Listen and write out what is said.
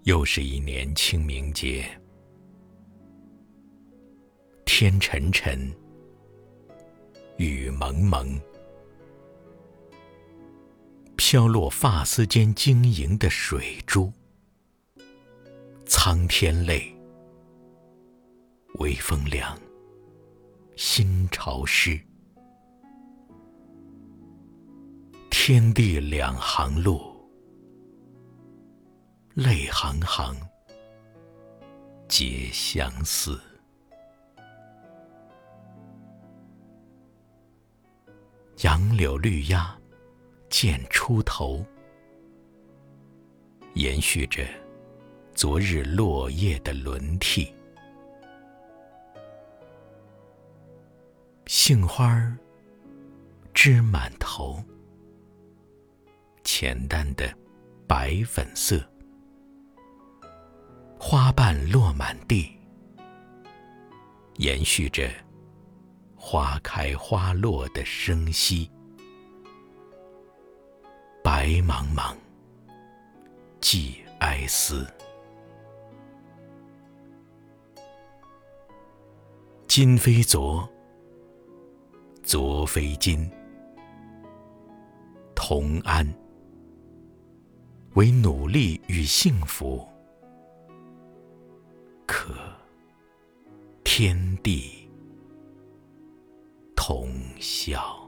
又是一年清明节，天沉沉，雨蒙蒙，飘落发丝间晶莹的水珠。苍天泪，微风凉，心潮湿。天地两行路，泪行行，皆相似。杨柳绿鸦渐出头，延续着昨日落叶的轮替。杏花枝满头，浅淡的白粉色，花瓣落满地，延续着花开花落的生息。白茫茫，寄哀思。今非昨，昨非今，同安。唯努力与幸福，可天地同笑。